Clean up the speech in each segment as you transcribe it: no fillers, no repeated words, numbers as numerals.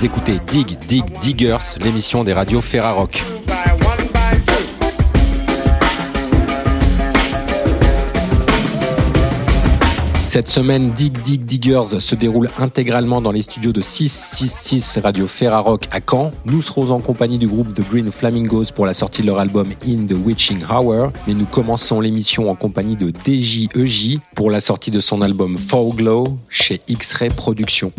Vous écoutez Dig Dig Diggers, l'émission des radios Ferrarock. Cette semaine, Dig Dig Diggers se déroule intégralement dans les studios de 666 Radio Ferrarock à Caen. Nous serons en compagnie du groupe The Green Flamingos pour la sortie de leur album In the Witching Hour. Mais nous commençons l'émission en compagnie de DJEJ pour la sortie de son album Foreglow chez X-Ray Productions.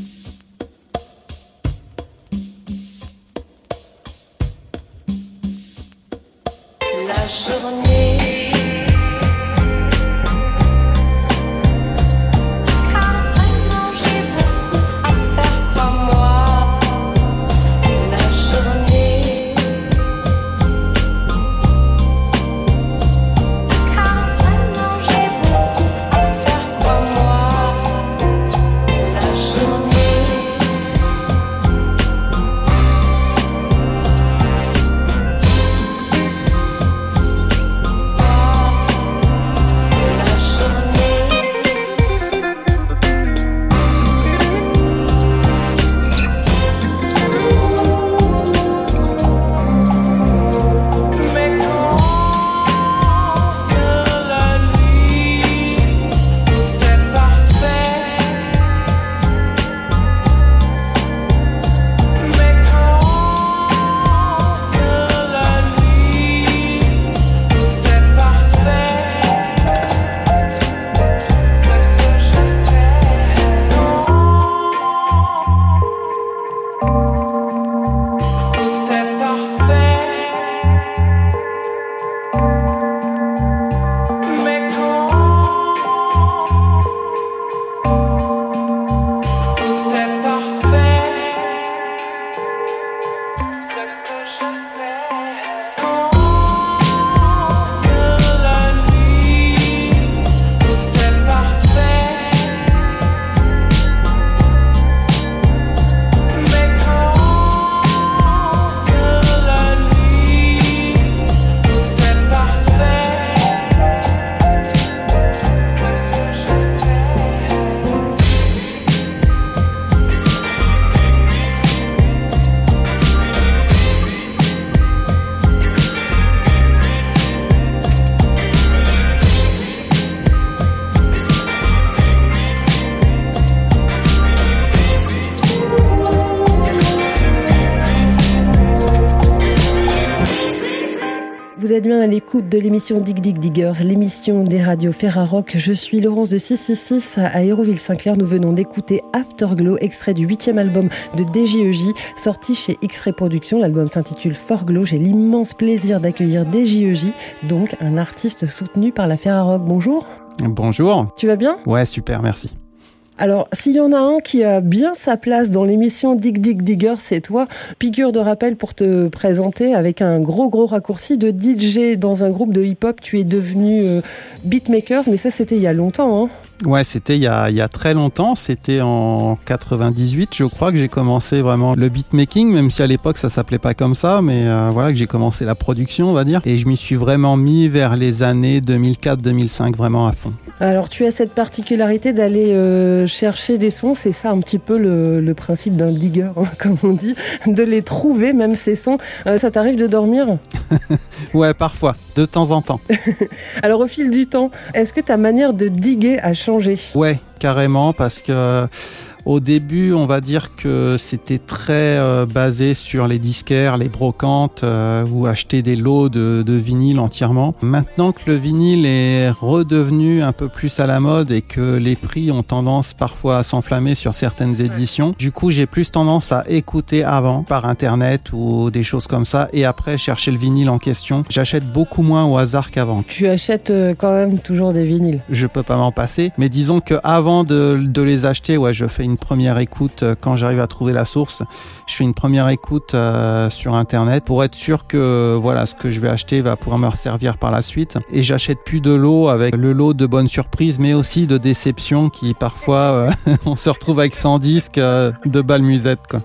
Vous êtes bien à l'écoute de l'émission Dig Dig Diggers, l'émission des radios Ferrarock. Je suis Laurence de 666 à Hérouville-Saint-Clair. Nous venons d'écouter Afterglow, extrait du 8e album de DJEJ, sorti chez X-Ray Productions. L'album s'intitule Foreglow. J'ai l'immense plaisir d'accueillir DJEJ, donc un artiste soutenu par la Ferrarock. Bonjour. Bonjour. Tu vas bien ? Ouais, super, merci. Alors, s'il y en a un qui a bien sa place dans l'émission Dig Dig Digger, c'est toi. Piqûre de rappel pour te présenter avec un gros raccourci de DJ dans un groupe de hip-hop. Tu es devenu beatmaker, mais ça, c'était il y a longtemps, hein. Ouais, c'était il y a très longtemps. C'était en 98, je crois, que j'ai commencé vraiment le beatmaking, même si à l'époque, ça s'appelait pas comme ça, mais voilà, que j'ai commencé la production, on va dire. Et je m'y suis vraiment mis vers les années 2004-2005, vraiment à fond. Alors, tu as cette particularité d'aller chercher des sons, c'est ça un petit peu le principe d'un digger, hein, comme on dit, de les trouver, même ces sons. Ça t'arrive de dormir ? Ouais, parfois, de temps en temps. Alors, au fil du temps, est-ce que ta manière de diguer a changé ? Ouais, carrément, parce que au début, on va dire que c'était très basé sur les disquaires, les brocantes, ou acheter des lots de vinyle entièrement. Maintenant que le vinyle est redevenu un peu plus à la mode et que les prix ont tendance parfois à s'enflammer sur certaines éditions, du coup, j'ai plus tendance à écouter avant par internet ou des choses comme ça et après chercher le vinyle en question. J'achète beaucoup moins au hasard qu'avant. Tu achètes quand même toujours des vinyles ? Je peux pas m'en passer, mais disons que avant de les acheter, ouais, je fais une première écoute quand j'arrive à trouver la source. Je fais une première écoute sur internet pour être sûr que voilà, ce que je vais acheter va pouvoir me servir par la suite. Et j'achète plus de lots avec le lot de bonnes surprises, mais aussi de déceptions qui parfois on se retrouve avec 100 disques de balles musettes, quoi.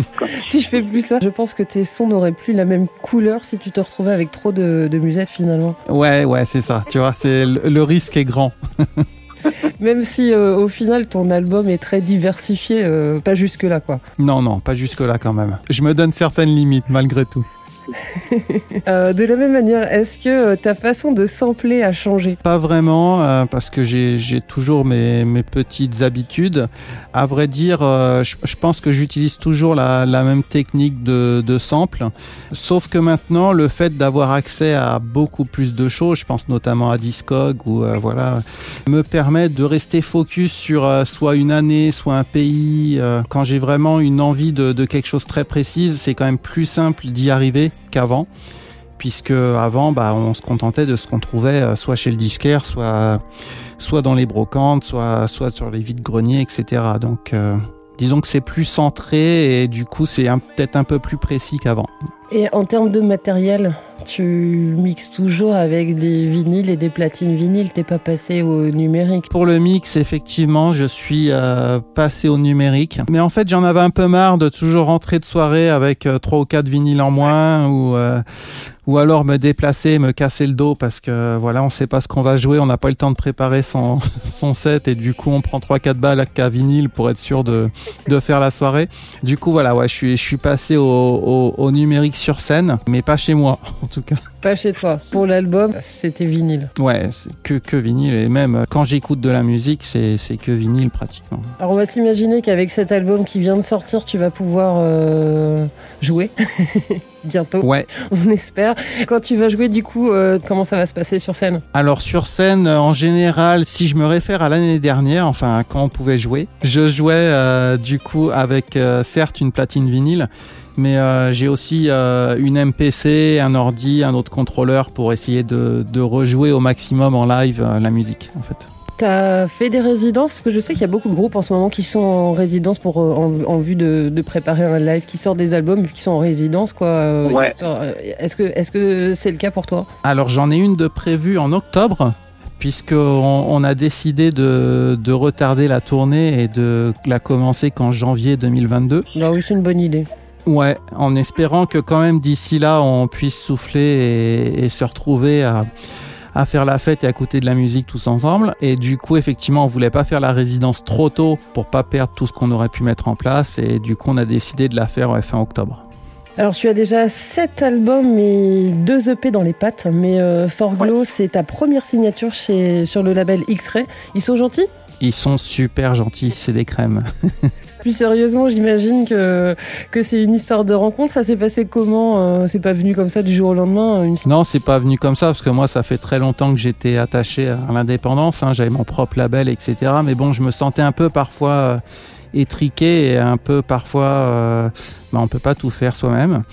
Si je fais plus ça, je pense que tes sons n'auraient plus la même couleur si tu te retrouvais avec trop de musettes finalement. Ouais, c'est ça. Tu vois, le risque est grand. Même si au final ton album est très diversifié, pas jusque-là quoi. Non, pas jusque-là quand même. Je me donne certaines limites malgré tout. De la même manière, est-ce que ta façon de sampler a changé ? Pas vraiment, parce que j'ai toujours mes petites habitudes. À vrai dire, je pense que j'utilise toujours la même technique de sample, sauf que maintenant, le fait d'avoir accès à beaucoup plus de choses, je pense notamment à Discog, ou me permet de rester focus sur soit une année, soit un pays. Quand j'ai vraiment une envie de quelque chose très précise, c'est quand même plus simple d'y arriver qu'avant, puisque avant on se contentait de ce qu'on trouvait soit chez le disquaire, soit dans les brocantes, soit sur les vides-greniers, etc. Donc disons que c'est plus centré et du coup c'est peut-être un peu plus précis qu'avant. Et en termes de matériel, tu mixes toujours avec des vinyles et des platines vinyles, t'es pas passé au numérique? Pour le mix, effectivement, je suis passé au numérique. Mais en fait, j'en avais un peu marre de toujours rentrer de soirée avec 3 ou 4 vinyles en moins ou alors me déplacer, me casser le dos parce que on sait pas ce qu'on va jouer, on n'a pas eu le temps de préparer son set et du coup on prend 3-4 balles à vinyle pour être sûr de faire la soirée. Du coup je suis passé au numérique sur scène, mais pas chez moi en tout cas. Pas chez toi. Pour l'album, c'était vinyle. Ouais, c'est que vinyle et même quand j'écoute de la musique, c'est que vinyle pratiquement. Alors on va s'imaginer qu'avec cet album qui vient de sortir, tu vas pouvoir jouer bientôt. Ouais. On espère. Quand tu vas jouer, du coup, comment ça va se passer sur scène ? Alors sur scène, en général, si je me réfère à l'année dernière, enfin quand on pouvait jouer, je jouais du coup avec certes une platine vinyle, mais j'ai aussi une MPC, un ordi, un autre contrôleur pour essayer de rejouer au maximum en live la musique en fait. T'as fait des résidences, parce que je sais qu'il y a beaucoup de groupes en ce moment qui sont en résidence en vue de préparer un live, qui sortent des albums qui sont en résidence quoi. Ouais. Est-ce que c'est le cas pour toi ? Alors j'en ai une de prévue en octobre, puisqu'on a décidé de retarder la tournée et de la commencer qu'en janvier 2022. Bah oui, c'est une bonne idée. Ouais, en espérant que quand même d'ici là on puisse souffler et se retrouver à faire la fête et à écouter de la musique tous ensemble. Et du coup, effectivement, on voulait pas faire la résidence trop tôt pour pas perdre tout ce qu'on aurait pu mettre en place. Et du coup, on a décidé de la faire fin octobre. Alors, tu as déjà 7 albums et 2 EP dans les pattes. Mais Forglow, c'est ta première signature sur le label X-Ray. Ils sont gentils ? Ils sont super gentils, c'est des crèmes. Plus sérieusement, j'imagine que c'est une histoire de rencontre. Ça s'est passé comment ? C'est pas venu comme ça du jour au lendemain Non, c'est pas venu comme ça parce que moi, ça fait très longtemps que j'étais attaché à l'indépendance. J'avais mon propre label, etc. Mais bon, je me sentais un peu parfois étriqué et un peu parfois, on peut pas tout faire soi-même.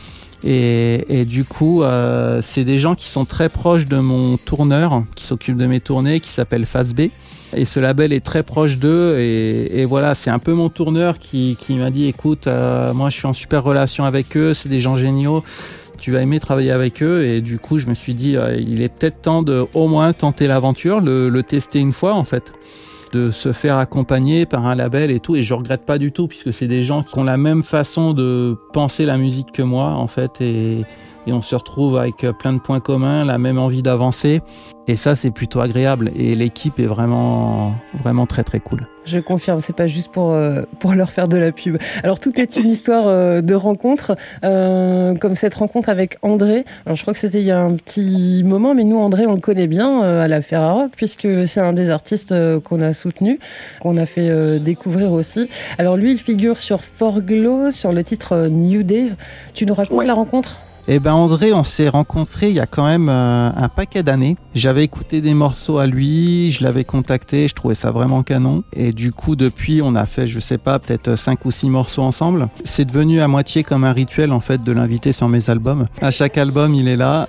Et du coup, c'est des gens qui sont très proches de mon tourneur, qui s'occupe de mes tournées, qui s'appelle Phase B. Et ce label est très proche d'eux et voilà, c'est un peu mon tourneur qui m'a dit écoute, moi je suis en super relation avec eux, c'est des gens géniaux, tu vas aimer travailler avec eux. Et du coup je me suis dit il est peut-être temps de au moins tenter l'aventure, le tester une fois en fait, de se faire accompagner par un label et tout. Et je regrette pas du tout puisque c'est des gens qui ont la même façon de penser la musique que moi en fait, et on se retrouve avec plein de points communs, la même envie d'avancer. Et ça, c'est plutôt agréable. Et l'équipe est vraiment, vraiment très, très cool. Je confirme, c'est pas juste pour leur faire de la pub. Alors, tout est une histoire de rencontre, comme cette rencontre avec André. Alors, je crois que c'était il y a un petit moment, mais nous, André, on le connaît bien à la Ferrarock, puisque c'est un des artistes qu'on a soutenu, qu'on a fait découvrir aussi. Alors, lui, il figure sur Forglow, sur le titre New Days. Tu nous racontes la rencontre ? Eh ben André, on s'est rencontrés il y a quand même un paquet d'années. J'avais écouté des morceaux à lui, je l'avais contacté, je trouvais ça vraiment canon. Et du coup, depuis, on a fait, je sais pas, peut-être 5 ou 6 morceaux ensemble. C'est devenu à moitié comme un rituel, en fait, de l'inviter sur mes albums. À chaque album, il est là.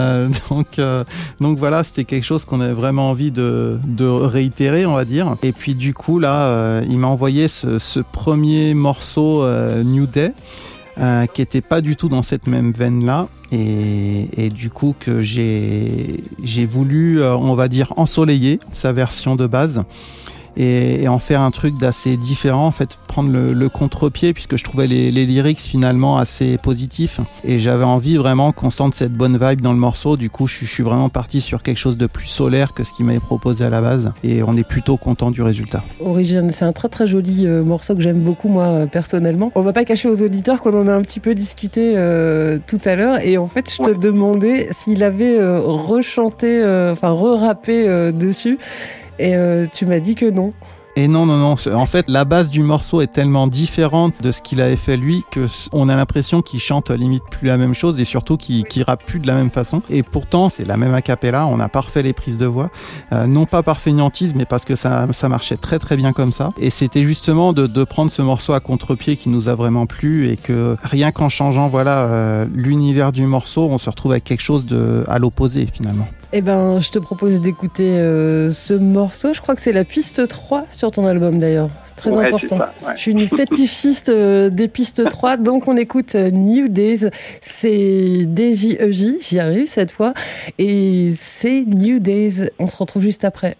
Donc voilà, c'était quelque chose qu'on avait vraiment envie de réitérer, on va dire. Et puis du coup, là, il m'a envoyé ce premier morceau New Day. Qui était pas du tout dans cette même veine-là, et du coup que j'ai voulu, on va dire, ensoleiller sa version de base. et en faire un truc d'assez différent, en fait, prendre le contre-pied, puisque je trouvais les lyrics finalement assez positifs, et j'avais envie vraiment qu'on sente cette bonne vibe dans le morceau. Du coup, je suis vraiment parti sur quelque chose de plus solaire que ce qu'il m'avait proposé à la base, et on est plutôt content du résultat. Origine, c'est un très très joli morceau que j'aime beaucoup moi personnellement. On va pas cacher aux auditeurs qu'on en a un petit peu discuté tout à l'heure, et en fait je te demandais s'il avait rechanté, re-rappé dessus, et tu m'as dit que non. Et non. En fait, la base du morceau est tellement différente de ce qu'il avait fait lui qu'on a l'impression qu'il chante limite plus la même chose, et surtout qu'il rappe plus de la même façon. Et pourtant, c'est la même a cappella. On a pas refait les prises de voix, non pas par fainéantise, mais parce que ça marchait très très bien comme ça. Et c'était justement de prendre ce morceau à contre-pied qui nous a vraiment plu, et que rien qu'en changeant l'univers du morceau, on se retrouve avec quelque chose à l'opposé finalement. Eh ben, je te propose d'écouter ce morceau. Je crois que c'est la piste 3 sur ton album d'ailleurs. C'est très important. Ça, ouais. Je suis une fétichiste des pistes 3, donc on écoute New Days. C'est DJEJ, j'y arrive cette fois. Et c'est New Days. On se retrouve juste après.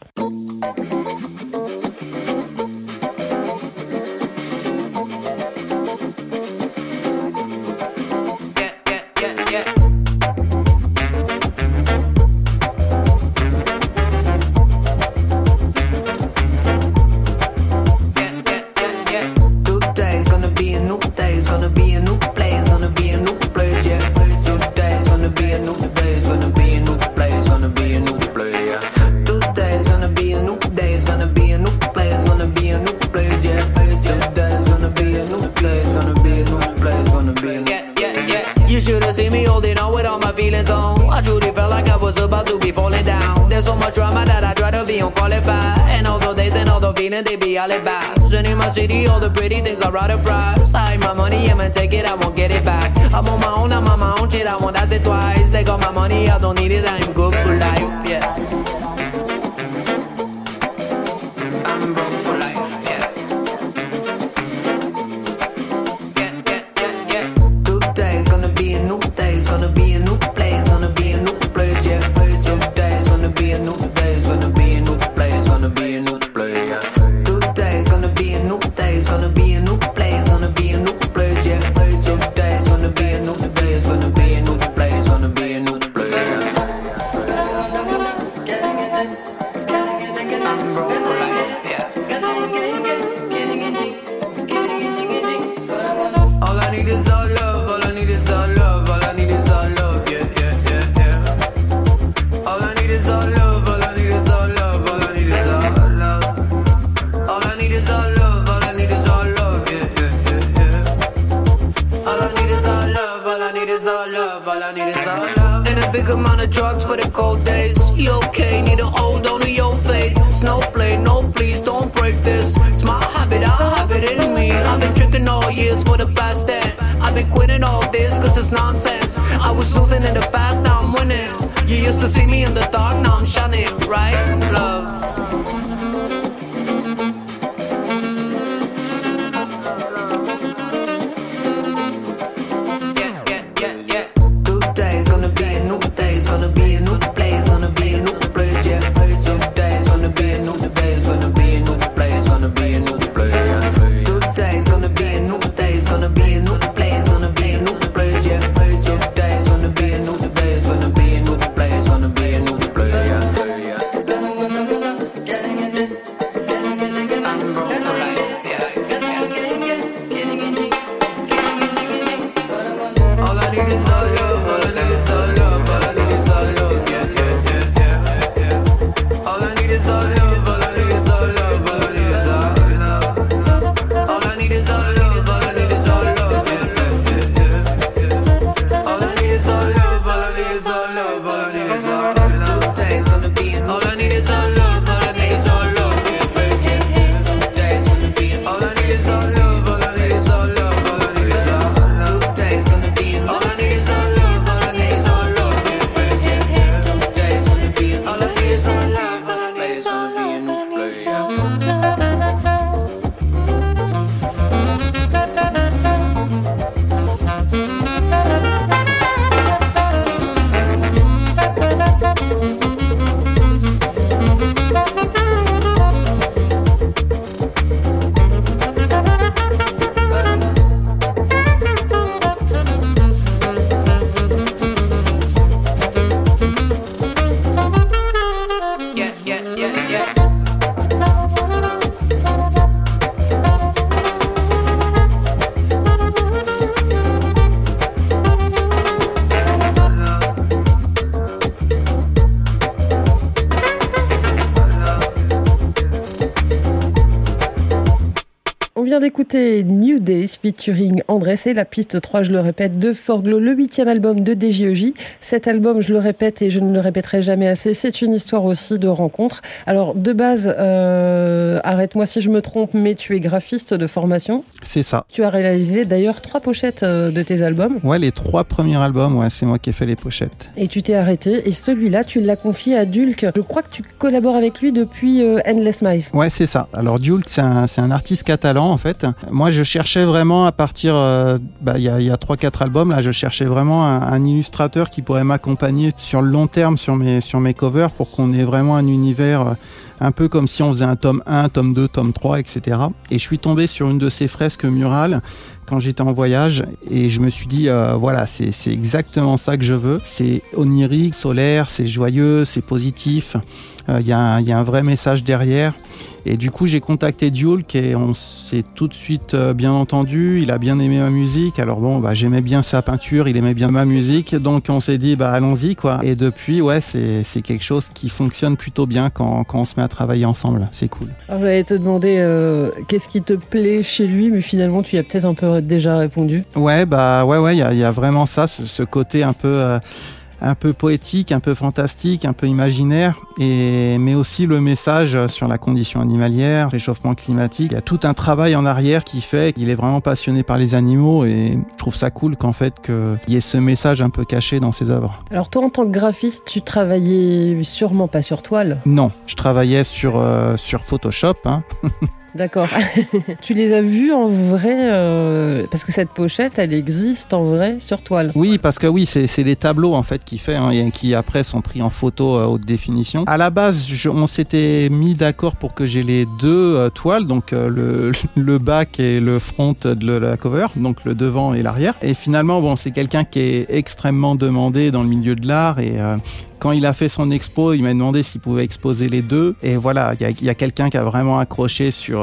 They be all about. In my city, all the pretty things I rather price. I hide my money, I'ma take it, I won't get it back. I'm on my own, I'm on my own shit, I won't ask it twice. They got my money, I don't need it, I'm good for life, yeah. I'm broke for life, yeah. Yeah. Today's gonna be a new day, it's gonna be a new place, gonna be a new place, yeah. Today's gonna be a new day, it's gonna be a new place, gonna be a new place, yeah. Today's gonna be a new day, it's gonna be a new place, gonna be a new place, yeah. Today's gonna be a new day, it's gonna be a new place, gonna be a new place, yeah. I'm broke for life, yeah. All I need is all love, all I need is all love, all I need is all love, yeah. All I need is all love, all I need is all love, all I need is all love. All I need is all love, all I need is all love, yeah. All I need is all love, all I need is all love, all I need is all love. And a big amount of drugs for the cold days. You okay? Need a hold on to your faith. No play, no please, don't break this. It's my habit, I have it in me. I've been drinking all years for the past 10. I've been quitting all this cause it's nonsense. I was losing in the past, now I'm winning. You used to see me in the dark, now I'm shining, right? Love. Getting it vient d'écouter New Days featuring André, c'est la piste 3, je le répète, de Forglow, le 8e album de DJEJ. Cet album, je le répète et je ne le répéterai jamais assez, c'est une histoire aussi de rencontre. Alors, de base, arrête-moi si je me trompe, mais tu es graphiste de formation. C'est ça. Tu as réalisé d'ailleurs 3 pochettes de tes albums. Ouais, les 3 premiers albums, ouais, c'est moi qui ai fait les pochettes. Et tu t'es arrêté, et celui-là, tu l'as confié à Dulk. Je crois que tu collabores avec lui depuis Endless Miles. Ouais, c'est ça. Alors Dulk, c'est un artiste catalan en fait. Moi, je cherchais vraiment à partir, il y a 3-4 albums là, je cherchais vraiment un illustrateur qui pourrait m'accompagner sur le long terme sur mes covers pour qu'on ait vraiment un univers un peu comme si on faisait un tome 1, tome 2, tome 3, etc. Et je suis tombé sur une de ces fresques murales quand j'étais en voyage et je me suis dit, voilà, c'est exactement ça que je veux. C'est onirique, solaire, c'est joyeux, c'est positif. Il y a un vrai message derrière. Et du coup, j'ai contacté Dulk et on s'est tout de suite bien entendu. Il a bien aimé ma musique. Alors bon, j'aimais bien sa peinture, il aimait bien ma musique. Donc on s'est dit, allons-y, quoi. Et depuis, ouais, c'est quelque chose qui fonctionne plutôt bien quand on se met à travailler ensemble. C'est cool. Alors j'allais te demander qu'est-ce qui te plaît chez lui, mais finalement, tu y as peut-être un peu déjà répondu. Ouais, il y a vraiment ça, ce côté un peu poétique, un peu fantastique, un peu imaginaire, mais aussi le message sur la condition animalière, réchauffement climatique. Il y a tout un travail en arrière qui fait qu'il est vraiment passionné par les animaux et je trouve ça cool qu'en fait qu'il y ait ce message un peu caché dans ses œuvres. Alors toi, en tant que graphiste, tu travaillais sûrement pas sur toile? Non, je travaillais sur Photoshop, hein. D'accord. Tu les as vus en vrai parce que cette pochette, elle existe en vrai sur toile. Oui, parce que oui, c'est les tableaux en fait qui fait, qui après sont pris en photo haute définition. À la base, on s'était mis d'accord pour que j'ai les 2 toiles, donc le back et le front de la cover, donc le devant et l'arrière. Et finalement, c'est quelqu'un qui est extrêmement demandé dans le milieu de l'art et quand il a fait son expo, il m'a demandé s'il pouvait exposer les 2. Et voilà, il y a quelqu'un qui a vraiment accroché sur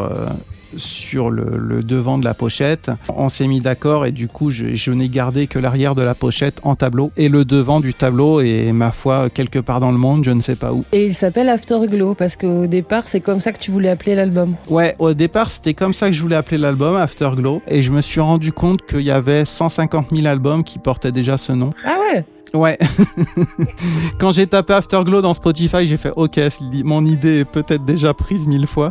le devant de la pochette. On s'est mis d'accord et du coup, je n'ai gardé que l'arrière de la pochette en tableau et le devant du tableau et ma foi, quelque part dans le monde, je ne sais pas où. Et il s'appelle Afterglow parce qu'au départ, c'est comme ça que tu voulais appeler l'album. Ouais, au départ, c'était comme ça que je voulais appeler l'album, Afterglow. Et je me suis rendu compte qu'il y avait 150 000 albums qui portaient déjà ce nom. Ah ouais? Ouais. Quand j'ai tapé Afterglow dans Spotify, j'ai fait OK, mon idée est peut-être déjà prise 1000 fois.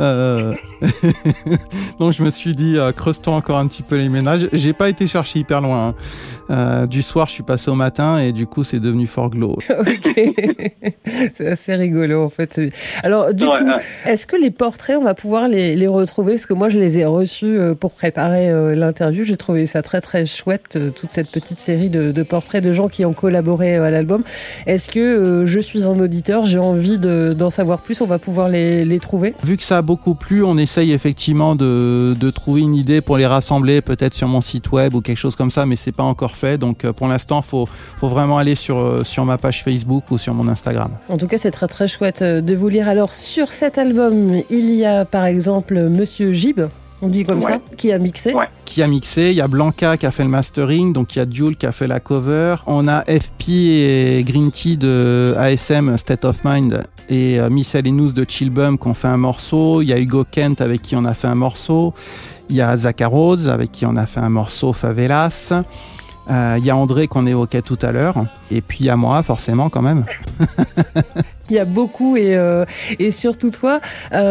Donc je me suis dit, creuse-toi encore un petit peu les ménages. J'ai pas été chercher hyper loin. Du soir, je suis passé au matin et du coup, c'est devenu Forglow. Ok. C'est assez rigolo en fait. Alors du coup, est-ce que les portraits, on va pouvoir les retrouver? Parce que moi, je les ai reçus pour préparer l'interview. J'ai trouvé ça très très chouette, toute cette petite série de portraits de gens qui ont collaboré à l'album. Est-ce que je suis un auditeur, j'ai envie d'en savoir plus, on va pouvoir les trouver? Vu que ça a beaucoup plu, on essaye effectivement de trouver une idée pour les rassembler, peut-être sur mon site web ou quelque chose comme ça, mais c'est pas encore fait. Donc pour l'instant, faut vraiment aller sur ma page Facebook ou sur mon Instagram. En tout cas, c'est très très chouette de vous lire. Alors sur cet album, il y a par exemple Monsieur Gib, on dit comme ça, qui a mixé. Ouais. Qui a mixé, il y a Blanca qui a fait le mastering, donc il y a Dulk qui a fait la cover. On a FP et Green Tea de ASM, State of Mind, et Miscellaneous de Chillbum qui ont fait un morceau. Il y a Hugo Kent avec qui on a fait un morceau. Il y a Zacharoz avec qui on a fait un morceau Favelas. Il y a André qu'on évoquait tout à l'heure. Et puis il y a moi, forcément, quand même. Il y a beaucoup et surtout toi.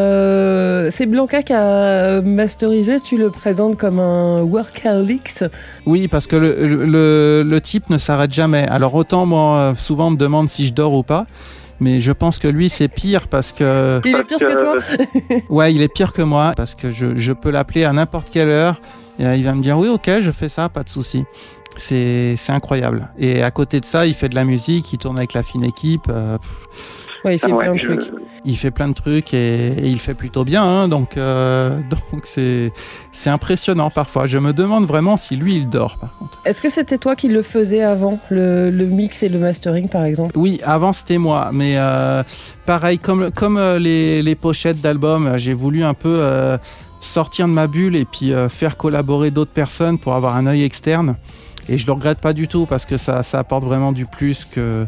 C'est Blanca qui a masterisé. Tu le présentes comme un workaholic. Oui, parce que le type ne s'arrête jamais. Alors autant, moi, souvent on me demande si je dors ou pas. Mais je pense que lui, c'est pire parce que... Il est pire que toi. Ouais, il est pire que moi parce que je peux l'appeler à n'importe quelle heure. Et il va me dire, oui, ok, je fais ça, pas de souci. C'est incroyable. Et à côté de ça, il fait de la musique, il tourne avec la fine équipe. Ouais, il fait plein de trucs. Il fait plein de trucs et il fait plutôt bien. Hein, donc c'est impressionnant parfois. Je me demande vraiment si lui, il dort par contre. Est-ce que c'était toi qui le faisais avant, le mix et le mastering par exemple? Oui, avant c'était moi. Mais pareil, comme les pochettes d'albums, j'ai voulu un peu sortir de ma bulle et puis faire collaborer d'autres personnes pour avoir un œil externe. Et je le regrette pas du tout parce que ça apporte vraiment du plus que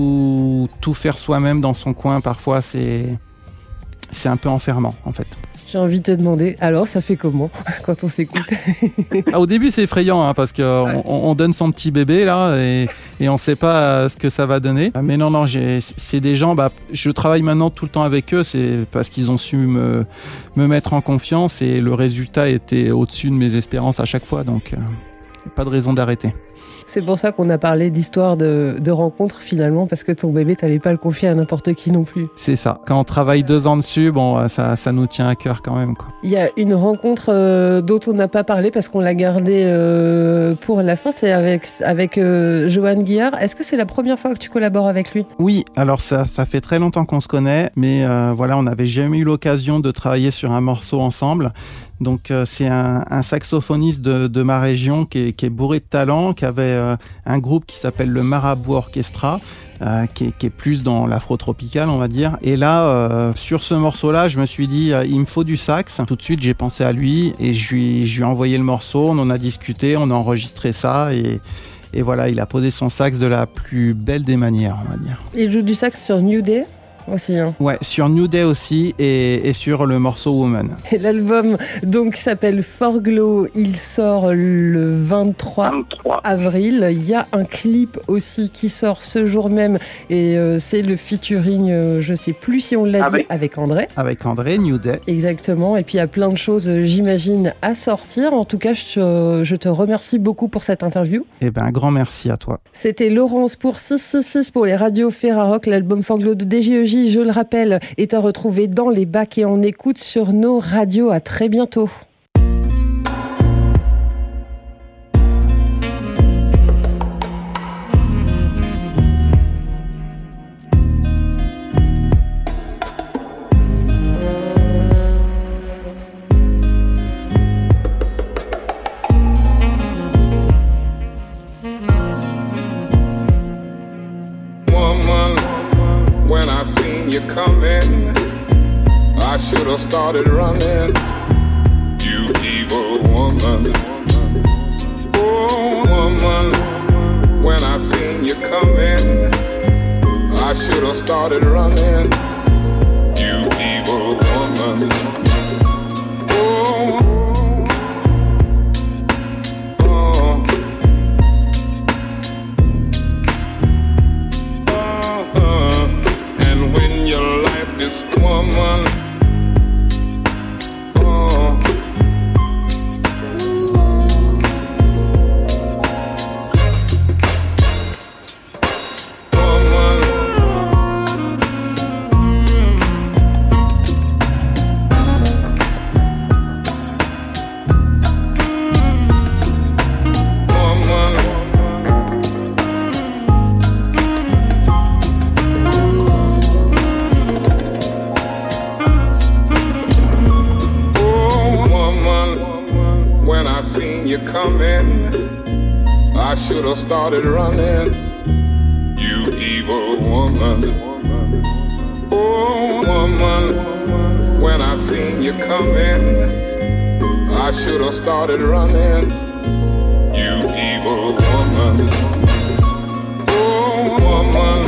tout faire soi-même dans son coin. Parfois, c'est un peu enfermant en fait. J'ai envie de te demander, alors ça fait comment quand on s'écoute? Au début, c'est effrayant hein, parce qu'on donne son petit bébé là et on ne sait pas ce que ça va donner. Mais non, c'est des gens, je travaille maintenant tout le temps avec eux, c'est parce qu'ils ont su me mettre en confiance et le résultat était au-dessus de mes espérances à chaque fois, donc pas de raison d'arrêter. C'est pour ça qu'on a parlé d'histoire de rencontre finalement, parce que ton bébé, t'allais pas le confier à n'importe qui non plus. C'est ça. Quand on travaille 2 ans dessus, ça nous tient à cœur quand même, quoi. Il y a une rencontre dont on n'a pas parlé parce qu'on l'a gardée pour la fin, c'est avec Johan Guillard. Est-ce que c'est la première fois que tu collabores avec lui? Oui, alors ça fait très longtemps qu'on se connaît, mais on n'avait jamais eu l'occasion de travailler sur un morceau ensemble. Donc c'est un saxophoniste de ma région qui est bourré de talent, qui avait un groupe qui s'appelle le Marabout Orchestra, qui est plus dans l'afro-tropical, on va dire. Et là, sur ce morceau-là, je me suis dit, il me faut du sax. Tout de suite, j'ai pensé à lui et je lui ai envoyé le morceau, on en a discuté, on a enregistré ça et voilà, il a posé son sax de la plus belle des manières, on va dire. Il joue du sax sur New Day aussi, hein. Ouais, sur New Day aussi et sur le morceau Woman. Et l'album donc s'appelle Forglow, il sort le 23 avril. Il y a un clip aussi qui sort ce jour même et c'est le featuring, je sais plus si on l'a dit, avec André. Avec André, New Day. Exactement, et puis il y a plein de choses, j'imagine, à sortir. En tout cas, je te remercie beaucoup pour cette interview. Eh ben, un grand merci à toi. C'était Laurence pour 666 pour les radios Ferrarock. L'album Forglow de DJEJ, je le rappelle, est à retrouver dans les bacs et en écoute sur nos radios. À très bientôt. When I seen you coming, I should have started running. You evil woman. Oh, woman. When I seen you coming, I should have started running. You evil woman. Oh, oh. And when your life is woman, oh. Coming, I should have started running. You evil woman. Oh, woman. When I seen you coming, I should have started running. You evil woman. Oh, woman.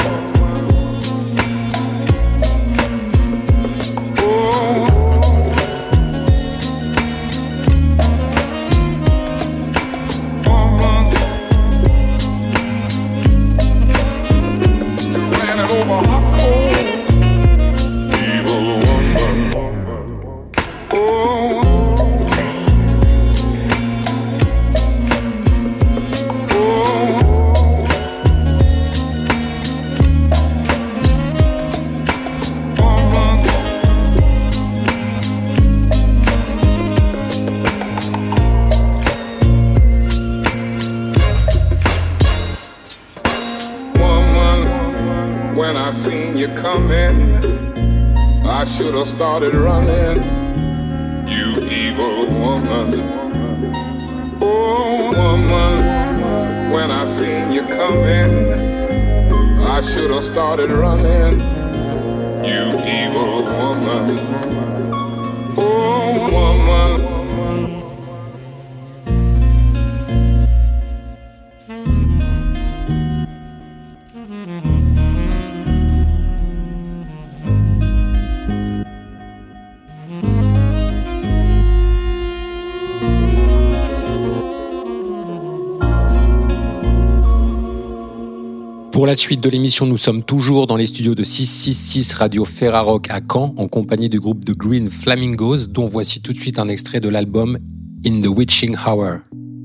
I should have started running. You evil woman. Oh, woman. When I seen you coming, I should have started running. You evil woman. Oh, woman. Pour la suite de l'émission, nous sommes toujours dans les studios de 666 Radio Ferrarock à Caen, en compagnie du groupe The Green Flamingos, dont voici tout de suite un extrait de l'album In the Witching Hour.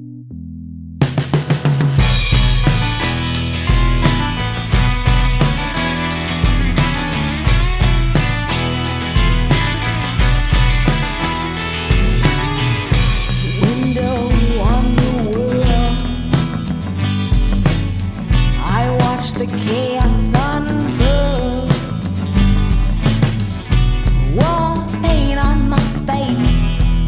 The chaos unfold. War paint on my face.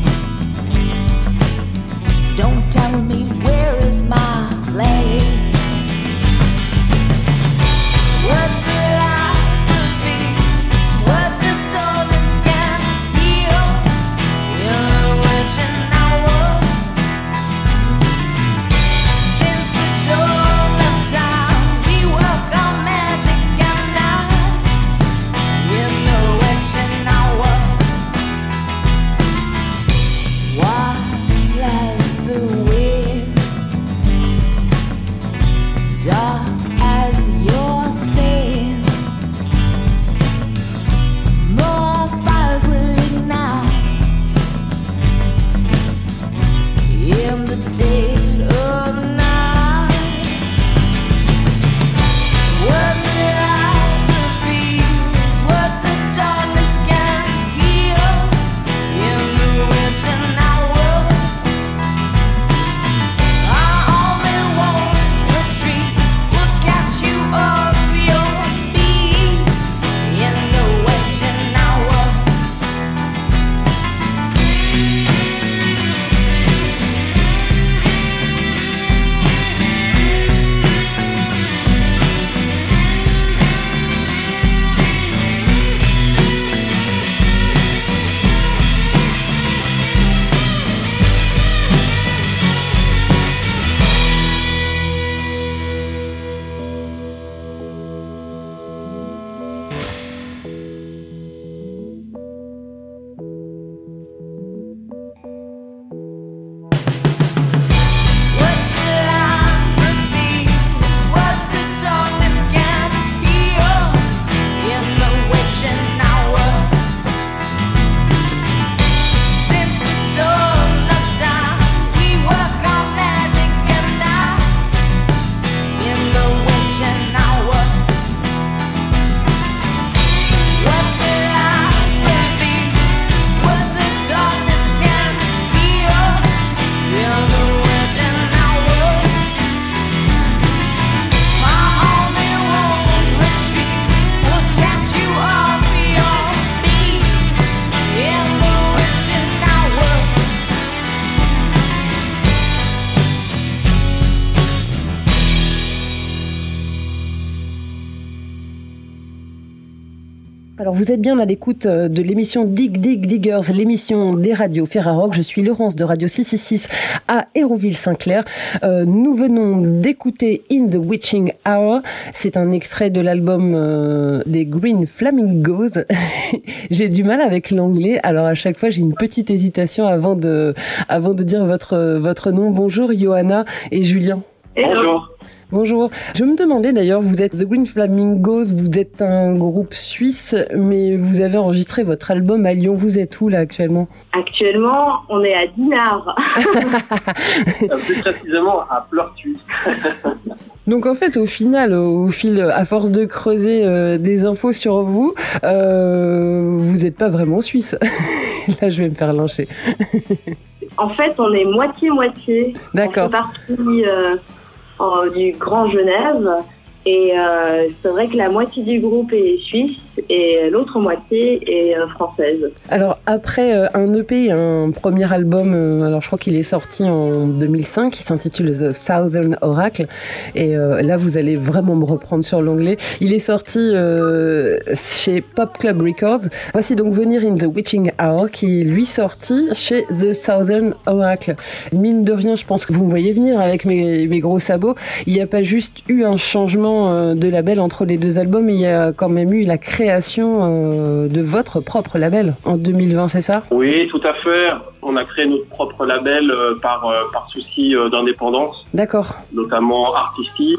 Don't tell me where is my place. What the light reveals, what the darkness can heal. In the witching hour, since the dawn of time. Alors vous êtes bien à l'écoute de l'émission Dig Dig Diggers, l'émission des radios Ferrarock. Je suis Laurence de Radio 666 à Hérouville-Saint-Clair. Nous venons d'écouter In the Witching Hour. C'est un extrait de l'album des Green Flamingos. J'ai du mal avec l'anglais, alors à chaque fois j'ai une petite hésitation avant de dire votre nom. Bonjour Johanna et Julien. Bonjour. Bonjour. Je me demandais d'ailleurs, vous êtes The Green Flamingos, vous êtes un groupe suisse, mais vous avez enregistré votre album à Lyon. Vous êtes où là actuellement ? Actuellement, on est à Dinard. Plus précisément à Pleurtuis. Donc en fait, au final, à force de creuser des infos sur vous, vous n'êtes pas vraiment suisse. Là, je vais me faire lyncher. En fait, on est moitié-moitié. D'accord. On fait partie du Grand Genève. Et c'est vrai que la moitié du groupe est suisse et l'autre moitié est française. Alors après un EP, un premier album, alors je crois qu'il est sorti en 2005, qui s'intitule The Southern Oracle. Et là vous allez vraiment me reprendre sur l'anglais. Il est sorti chez Pop Club Records. Voici donc Venir in the Witching Hour, qui est lui sorti chez The Southern Oracle. Mine de rien, je pense que vous me voyez venir avec mes gros sabots. Il n'y a pas juste eu un changement de label entre les deux albums, il y a quand même eu la création de votre propre label en 2020, c'est ça ? Oui, tout à fait. On a créé notre propre label par souci d'indépendance. D'accord. Notamment artistique.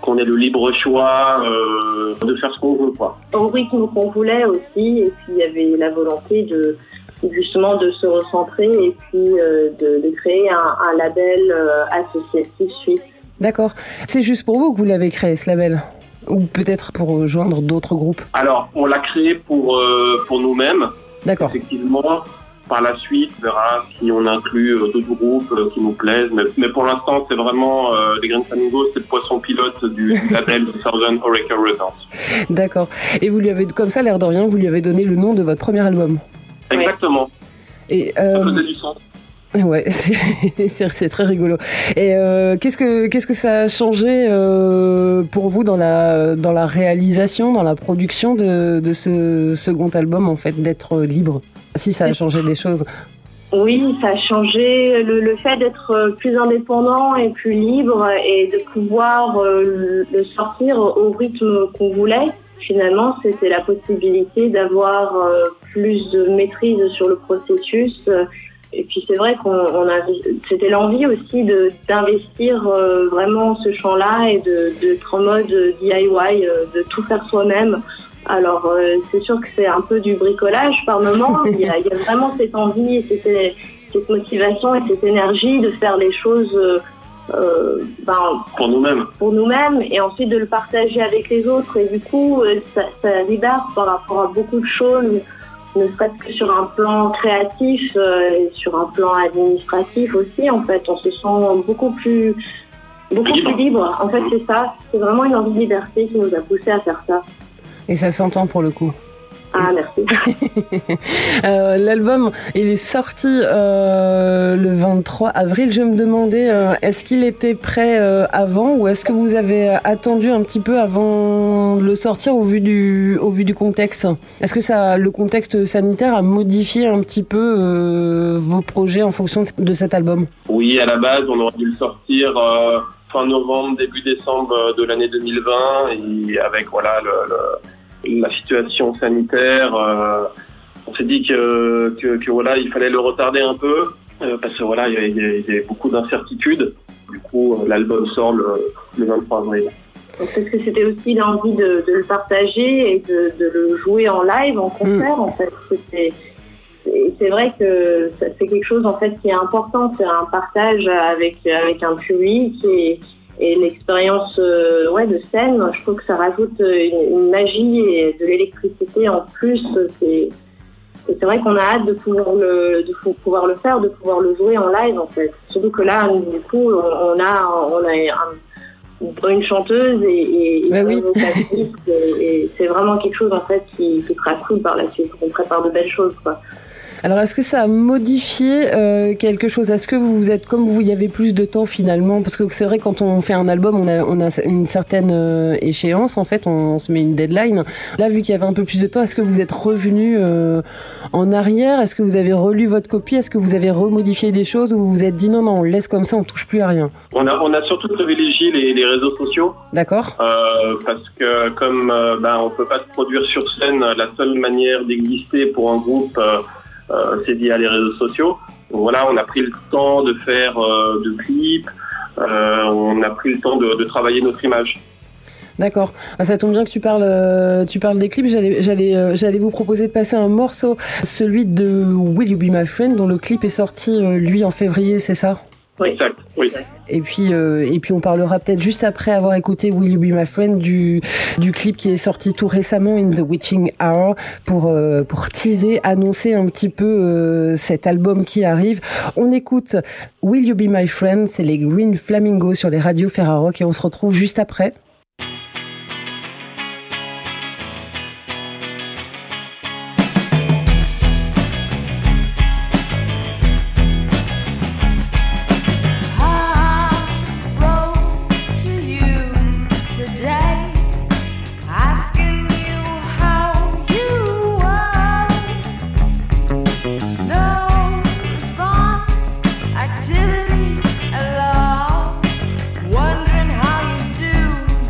qu'on ait le libre choix de faire ce qu'on veut, quoi. Au rythme qu'on voulait aussi, et puis il y avait la volonté justement de se recentrer et puis de créer un label associatif suisse. D'accord. C'est juste pour vous que vous l'avez créé, ce label ? Ou peut-être pour joindre d'autres groupes ? Alors, on l'a créé pour nous-mêmes. D'accord. Effectivement, par la suite, on verra si on inclut d'autres groupes qui nous plaisent. Mais pour l'instant, c'est vraiment les Green Flamingos, c'est le poisson pilote du label Southern Oracle Records. D'accord. Et vous lui avez, comme ça, l'air de rien, vous lui avez donné le nom de votre premier album ? Exactement. Et ça faisait du sens. Ouais, c'est très rigolo. Et qu'est-ce que ça a changé pour vous dans la réalisation, dans la production de ce second album, en fait, d'être libre ? Si ça a changé des choses. Oui, ça a changé le fait d'être plus indépendant et plus libre et de pouvoir le sortir au rythme qu'on voulait. Finalement, c'était la possibilité d'avoir plus de maîtrise sur le processus. Et puis c'est vrai c'était l'envie aussi d'investir vraiment ce champ-là et d'être en mode DIY, de tout faire soi-même. Alors c'est sûr que c'est un peu du bricolage par moment. Il y a vraiment cette envie et cette motivation et cette énergie de faire les choses pour nous-mêmes. Pour nous-mêmes et ensuite de le partager avec les autres. Et du coup, ça libère par rapport à beaucoup de choses, ne serait-ce que sur un plan créatif et sur un plan administratif aussi. En fait, on se sent beaucoup plus libre. En fait, c'est ça. C'est vraiment une envie de liberté qui nous a poussé à faire ça. Et ça s'entend pour le coup. Ah, merci. L'album, il est sorti le 23 avril. Je me demandais, est-ce qu'il était prêt avant ou est-ce que vous avez attendu un petit peu avant de le sortir au vu du contexte ? Est-ce que le contexte sanitaire a modifié un petit peu vos projets en fonction de cet album ? Oui, à la base, on aurait dû le sortir fin novembre, début décembre de l'année 2020 et avec la situation sanitaire, on s'est dit que voilà, il fallait le retarder un peu parce que voilà, il y avait beaucoup d'incertitudes. Du coup, l'album sort le 23 avril. Donc, parce que c'était aussi l'envie de le partager et de le jouer en live, en concert. En fait, c'est vrai que c'est quelque chose en fait qui est important. C'est un partage avec un public et l'expérience de scène. Je trouve que ça rajoute une magie et de l'électricité en plus. Et c'est vrai qu'on a hâte de pouvoir le faire, de pouvoir le jouer en live en fait. Surtout que là, du coup, on a une chanteuse et oui. Et c'est vraiment quelque chose en fait qui sera cool par la suite. On prépare de belles choses, quoi. Alors, est-ce que ça a modifié quelque chose ? Est-ce que vous êtes comme vous, il y avait plus de temps finalement ? Parce que c'est vrai, quand on fait un album, on a une certaine échéance, en fait, on se met une deadline. Là, vu qu'il y avait un peu plus de temps, est-ce que vous êtes revenu en arrière ? Est-ce que vous avez relu votre copie ? Est-ce que vous avez remodifié des choses ou vous vous êtes dit non, on laisse comme ça, on touche plus à rien ? On a surtout privilégié les réseaux sociaux. D'accord. Parce que comme on peut pas se produire sur scène, la seule manière d'exister pour un groupe c'est via les réseaux sociaux. Donc voilà, on a pris le temps de faire de clips, on a pris le temps de travailler notre image. D'accord. Ça tombe bien que tu parles des clips. J'allais vous proposer de passer un morceau, celui de Will You Be My Friend, dont le clip est sorti lui en février, c'est ça ? Oui. Exact, oui. Et puis on parlera peut-être juste après avoir écouté Will You Be My Friend du clip qui est sorti tout récemment, In the Witching Hour, pour teaser, annoncer un petit peu cet album qui arrive. On écoute Will You Be My Friend, c'est les Green Flamingos sur les radios Ferrarock et on se retrouve juste après. Activity at loss, wondering how you do.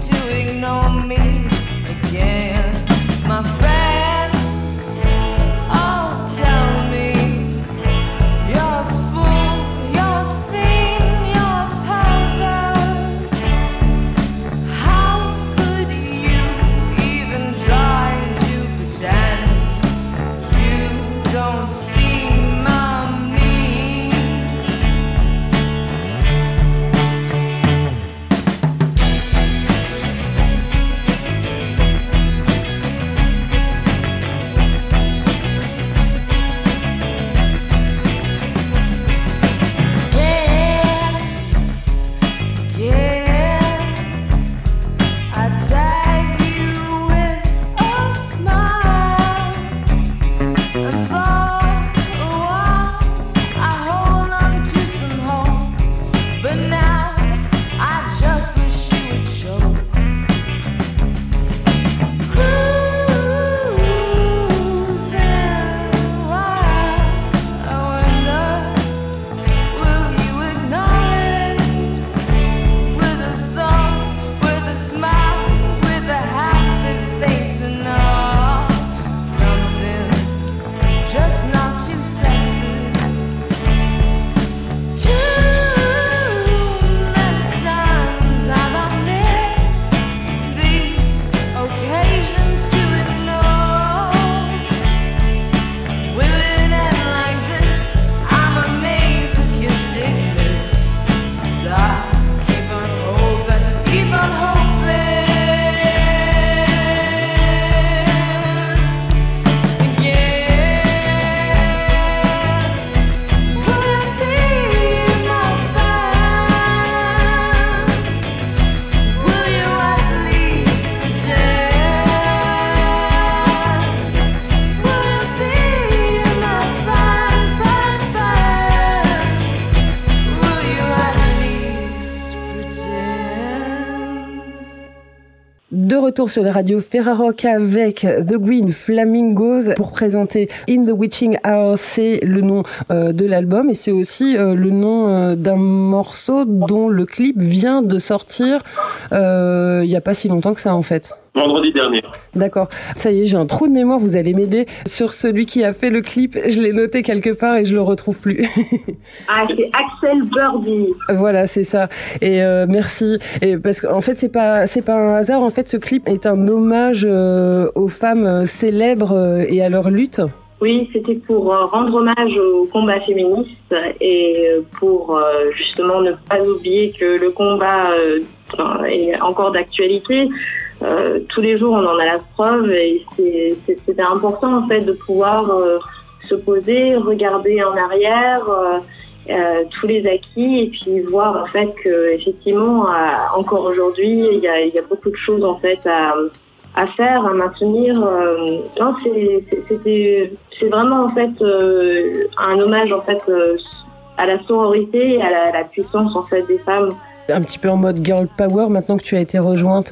De retour sur les radios Ferrarock avec The Green Flamingos pour présenter In the Witching Hour, c'est le nom de l'album et c'est aussi le nom d'un morceau dont le clip vient de sortir il n'y a pas si longtemps que ça en fait. Vendredi dernier. D'accord. Ça y est, j'ai un trou de mémoire, vous allez m'aider sur celui qui a fait le clip. Je l'ai noté quelque part et je le retrouve plus. Ah, c'est Axel Birdie. Voilà, c'est ça. Et merci. Et parce qu'en fait, c'est pas un hasard. En fait, ce clip est un hommage aux femmes célèbres et à leur lutte. Oui, c'était pour rendre hommage au combat féministe et pour justement ne pas oublier que le combat est encore d'actualité. Tous les jours, on en a la preuve et c'était important en fait de pouvoir se poser, regarder en arrière tous les acquis et puis voir en fait que effectivement encore aujourd'hui il y a beaucoup de choses en fait à faire, à maintenir. Non, c'est vraiment en fait un hommage en fait à la sororité et à la puissance en fait des femmes. Un petit peu en mode girl power maintenant que tu as été rejointe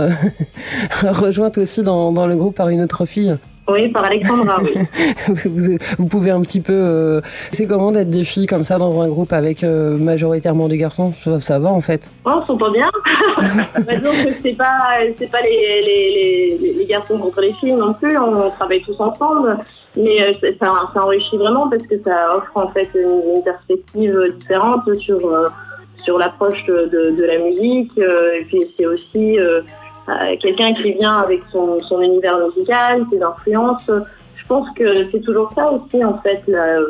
aussi dans le groupe par une autre fille. Oui, par Alexandra, oui. Vous pouvez un petit peu... c'est comment d'être des filles comme ça dans un groupe avec majoritairement des garçons ? Ça va en fait. Oh, ils sont pas bien. Donc c'est pas les garçons contre les filles non plus, on travaille tous ensemble. Mais ça enrichit vraiment parce que ça offre en fait une perspective différente sur l'approche de la musique. Et puis c'est aussi... quelqu'un qui vient avec son univers musical, ses influences. Je pense que c'est toujours ça aussi en fait.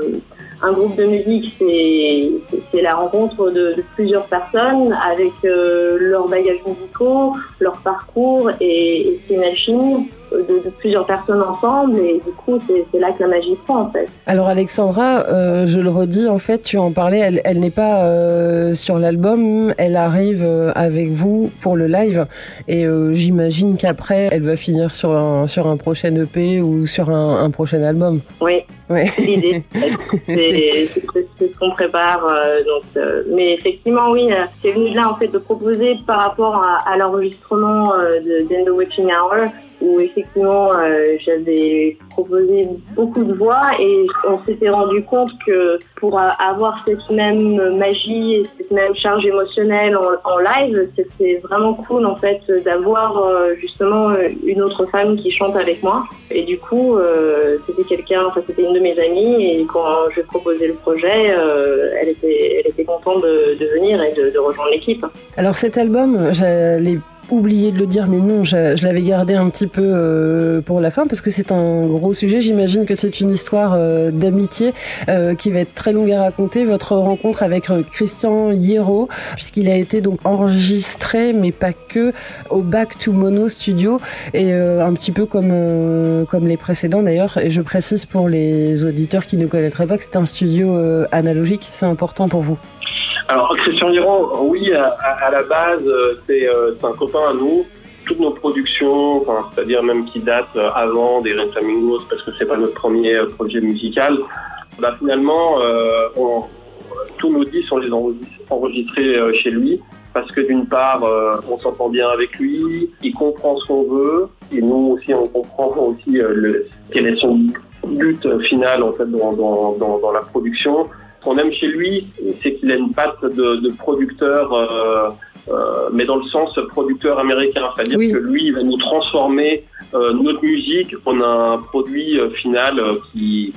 Un groupe de musique, c'est la rencontre de plusieurs personnes avec leurs bagages musicaux, leur parcours et c'est une alchimie de plusieurs personnes ensemble et du coup c'est là que la magie prend en fait. Alors Alexandra, je le redis en fait, tu en parlais, elle n'est pas sur l'album, elle arrive avec vous pour le live et j'imagine qu'après elle va finir sur un prochain EP ou sur un prochain album. Oui, ouais. C'est l'idée. C'est ce qu'on prépare. Mais effectivement, oui, c'est venu de là en fait de proposer par rapport à l'enregistrement de The Witching Hour, où effectivement j'avais proposé beaucoup de voix et on s'était rendu compte que pour avoir cette même magie et cette même charge émotionnelle en live, c'était vraiment cool en fait d'avoir justement une autre femme qui chante avec moi. Et du coup, c'était une de mes amies et quand j'ai proposé le projet, elle était contente de venir et de rejoindre l'équipe. Alors cet album, j'allais oublié de le dire, mais non, je l'avais gardé un petit peu pour la fin parce que c'est un gros sujet. J'imagine que c'est une histoire d'amitié qui va être très longue à raconter. Votre rencontre avec Christian Hierro, puisqu'il a été donc enregistré, mais pas que, au Back to Mono Studio et un petit peu comme les précédents d'ailleurs. Et je précise pour les auditeurs qui ne connaîtraient pas que c'est un studio analogique. C'est important pour vous. Alors, Christian Hierro, oui, à la base, c'est un copain à nous. Toutes nos productions, c'est-à-dire même qui datent avant des Green Flamingos, parce que c'est pas notre premier projet musical, finalement, tous nos disques, on les enregistrés chez lui, parce que d'une part, on s'entend bien avec lui, il comprend ce qu'on veut, et nous aussi, on comprend aussi quel est son but final en fait dans la production. Ce qu'on aime chez lui, c'est qu'il a une patte de producteur, mais dans le sens producteur américain. C'est-à-dire que lui, il va nous transformer notre musique en un produit final qui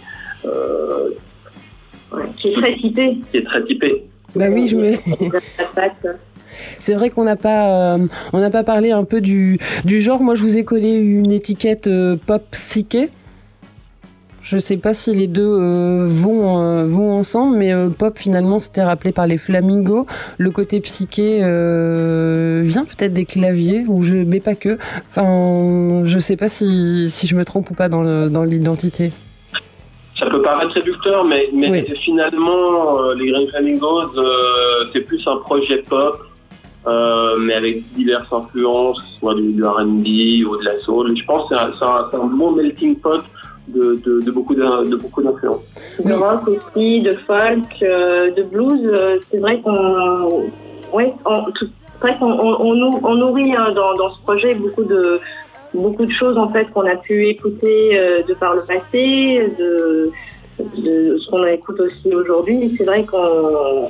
est très typé. Qui est très typé. Bah oui, c'est vrai qu'on n'a pas parlé un peu du genre. Moi, je vous ai collé une étiquette pop psyché. Je sais pas si les deux vont ensemble, mais pop finalement c'était rappelé par les Flamingos. Le côté psyché vient peut-être des claviers mais pas que. Enfin, je sais pas si je me trompe ou pas dans l'identité. Ça peut paraître réducteur, mais oui. Finalement les Green Flamingos c'est plus un projet pop, mais avec diverses influences, soit du R&B ou de la soul. Je pense que c'est un bon melting pot de beaucoup d'influences. De rock aussi, de folk, de blues. C'est vrai c'est vrai qu'on nourrit dans ce projet beaucoup de choses en fait qu'on a pu écouter de par le passé, de ce qu'on écoute aussi aujourd'hui. C'est vrai qu'on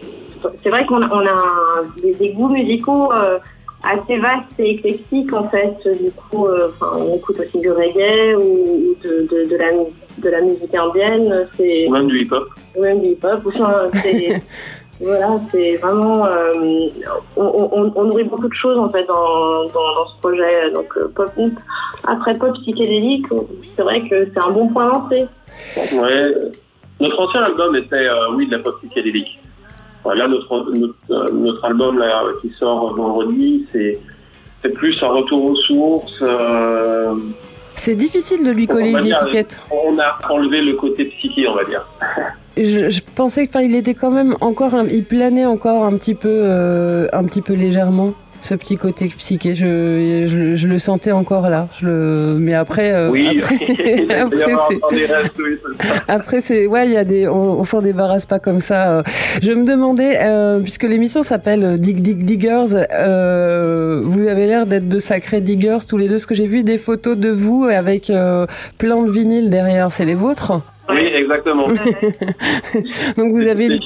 a des goûts musicaux assez vastes et éclectiques en fait. Du coup, on écoute aussi du reggae ou de la musique indienne. Ou même du hip-hop. Voilà, c'est vraiment. On nourrit beaucoup de choses en fait dans ce projet. Donc pop, après pop psychédélique, c'est vrai que c'est un bon point d'entrée. Ouais. Notre ancien album était de la pop psychédélique. Là, notre album là, qui sort vendredi, c'est plus un retour aux sources. C'est difficile de lui coller une étiquette. On a enlevé le côté psyché, on va dire. Je pensais qu'il était quand même il planait encore un petit peu légèrement, ce petit côté psyché. Je le sentais encore là. Mais après, oui. Après c'est, ouais, il y a on s'en débarrasse pas comme ça. Je me demandais, puisque l'émission s'appelle Dig Dig Diggers, vous avez l'air d'être de sacrés diggers tous les deux. Ce que j'ai vu des photos de vous avec plein de vinyles derrière, c'est les vôtres? Oui, exactement. Donc vous avez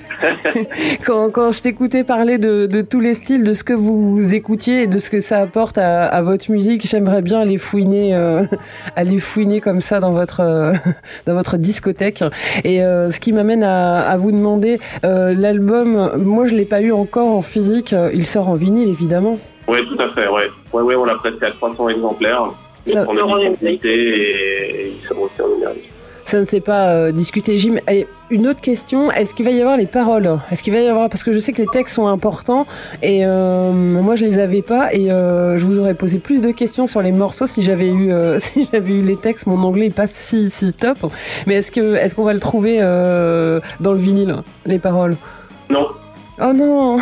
quand je t'écoutais parler de tous les styles, de ce que vous écoutiez et de ce que ça apporte à votre musique, j'aimerais bien aller fouiner comme ça dans votre discothèque. Et ce qui m'amène à vous demander, l'album, moi je l'ai pas eu encore en physique, il sort en vinyle évidemment. Oui, tout à fait, ouais, on l'a pressé à 300 exemplaires. Ça, on a dit et il sort aussi en numérique. Ça ne s'est pas discuté. Jim, et une autre question, est-ce qu'il va y avoir les paroles? Est-ce qu'il va y avoir, parce que je sais que les textes sont importants et moi je les avais pas et je vous aurais posé plus de questions sur les morceaux si j'avais eu les textes. Mon anglais est pas si top, mais est-ce qu'on va le trouver dans le vinyle, les paroles? Non. Oh non.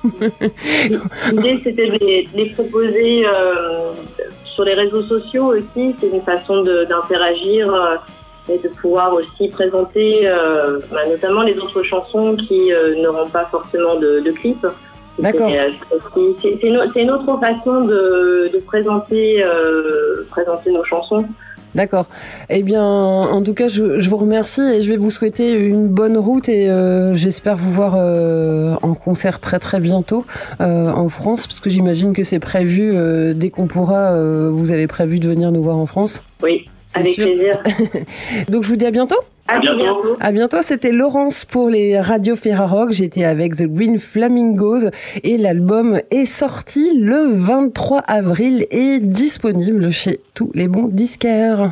L'idée c'était de les proposer sur les réseaux sociaux aussi. C'est une façon d'interagir et de pouvoir aussi présenter notamment les autres chansons qui n'auront pas forcément de clip. D'accord. C'est une autre façon de présenter nos chansons. D'accord. Eh bien, en tout cas, je vous remercie et je vais vous souhaiter une bonne route et j'espère vous voir en concert très très bientôt en France, parce que j'imagine que c'est prévu dès qu'on pourra. Vous avez prévu de venir nous voir en France? Oui. Avec plaisir. Donc je vous dis à bientôt. À bientôt. À bientôt. C'était Laurence pour les radios Ferrarock. J'étais avec The Green Flamingos et l'album est sorti le 23 avril et disponible chez tous les bons disquaires.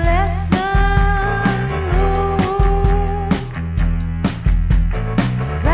Fly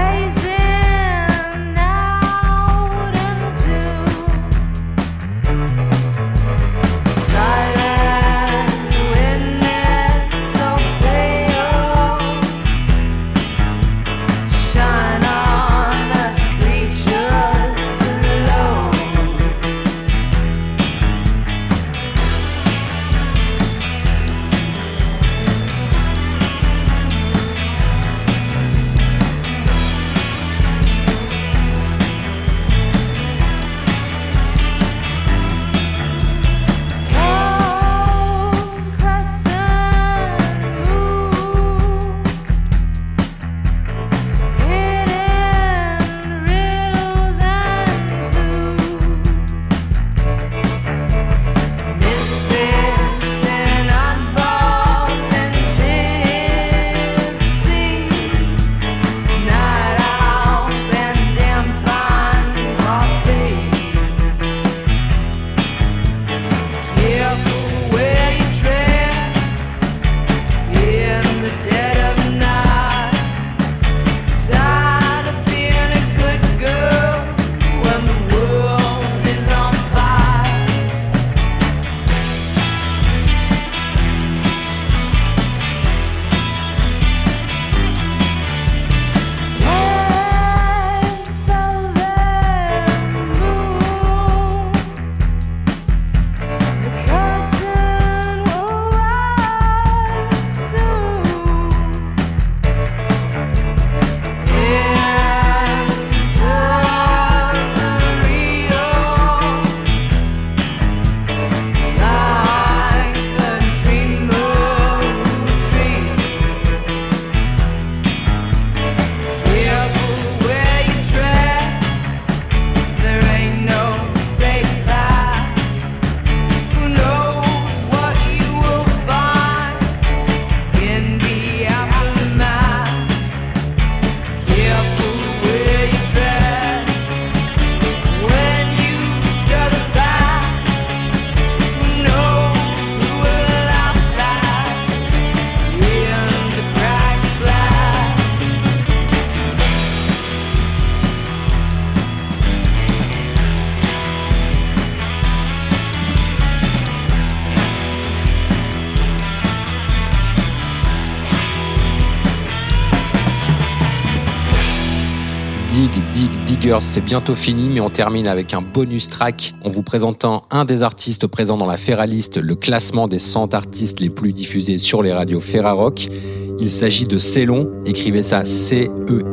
Diggers, c'est bientôt fini, mais on termine avec un bonus track en vous présentant un des artistes présents dans la Ferralist, le classement des 100 artistes les plus diffusés sur les radios Ferrarock. Il s'agit de Célon, écrivez ça Ceylon.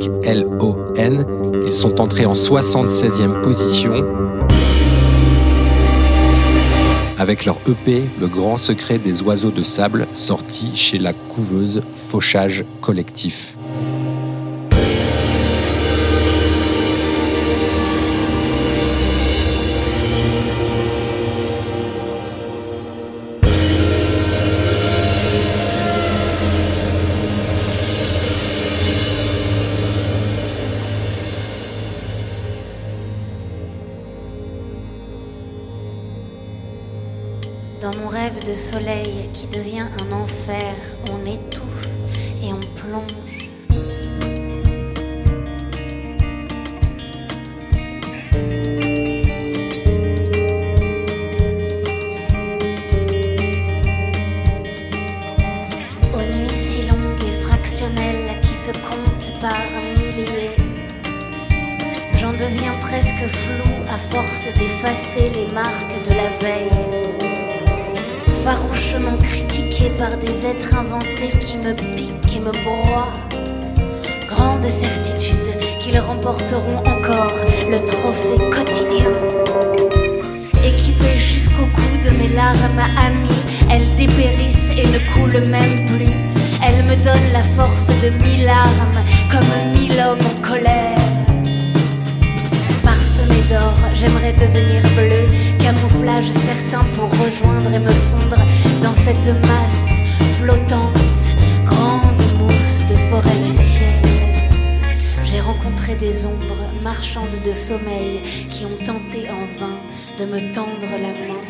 Ils sont entrés en 76e position avec leur EP Le Grand Secret des Oiseaux de Sable, sorti chez la couveuse Fauchage Collectif. Dans mon rêve de soleil qui devient un enfer, on étouffe et on plonge. Aux nuits si longues et fractionnelles qui se comptent par milliers, j'en deviens presque flou à force d'effacer les marques de la veille. Farouchement critiqué par des êtres inventés qui me piquent et me broient. Grande certitude qu'ils remporteront encore le trophée quotidien. Équipées jusqu'au cou de mes larmes amies, elles dépérissent et ne coulent même plus. Elles me donnent la force de 1000 larmes, comme 1000 hommes en colère. Parsemé d'or, j'aimerais devenir bleu, camouflage certain pour rejoindre et me fondre dans cette masse flottante, grande mousse de forêt du ciel. J'ai rencontré des ombres marchandes de sommeil qui ont tenté en vain de me tendre la main.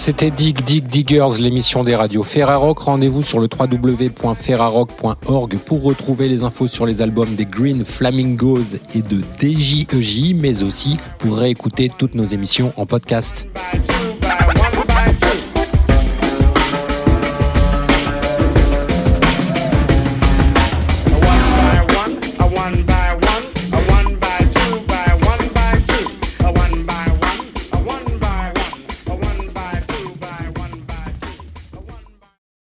c'était Dig Diggers, l'émission des radios Ferrarock. Rendez-vous sur le www.ferrarock.org pour retrouver les infos sur les albums des Green Flamingos et de DJEJ, mais aussi pour réécouter toutes nos émissions en podcast.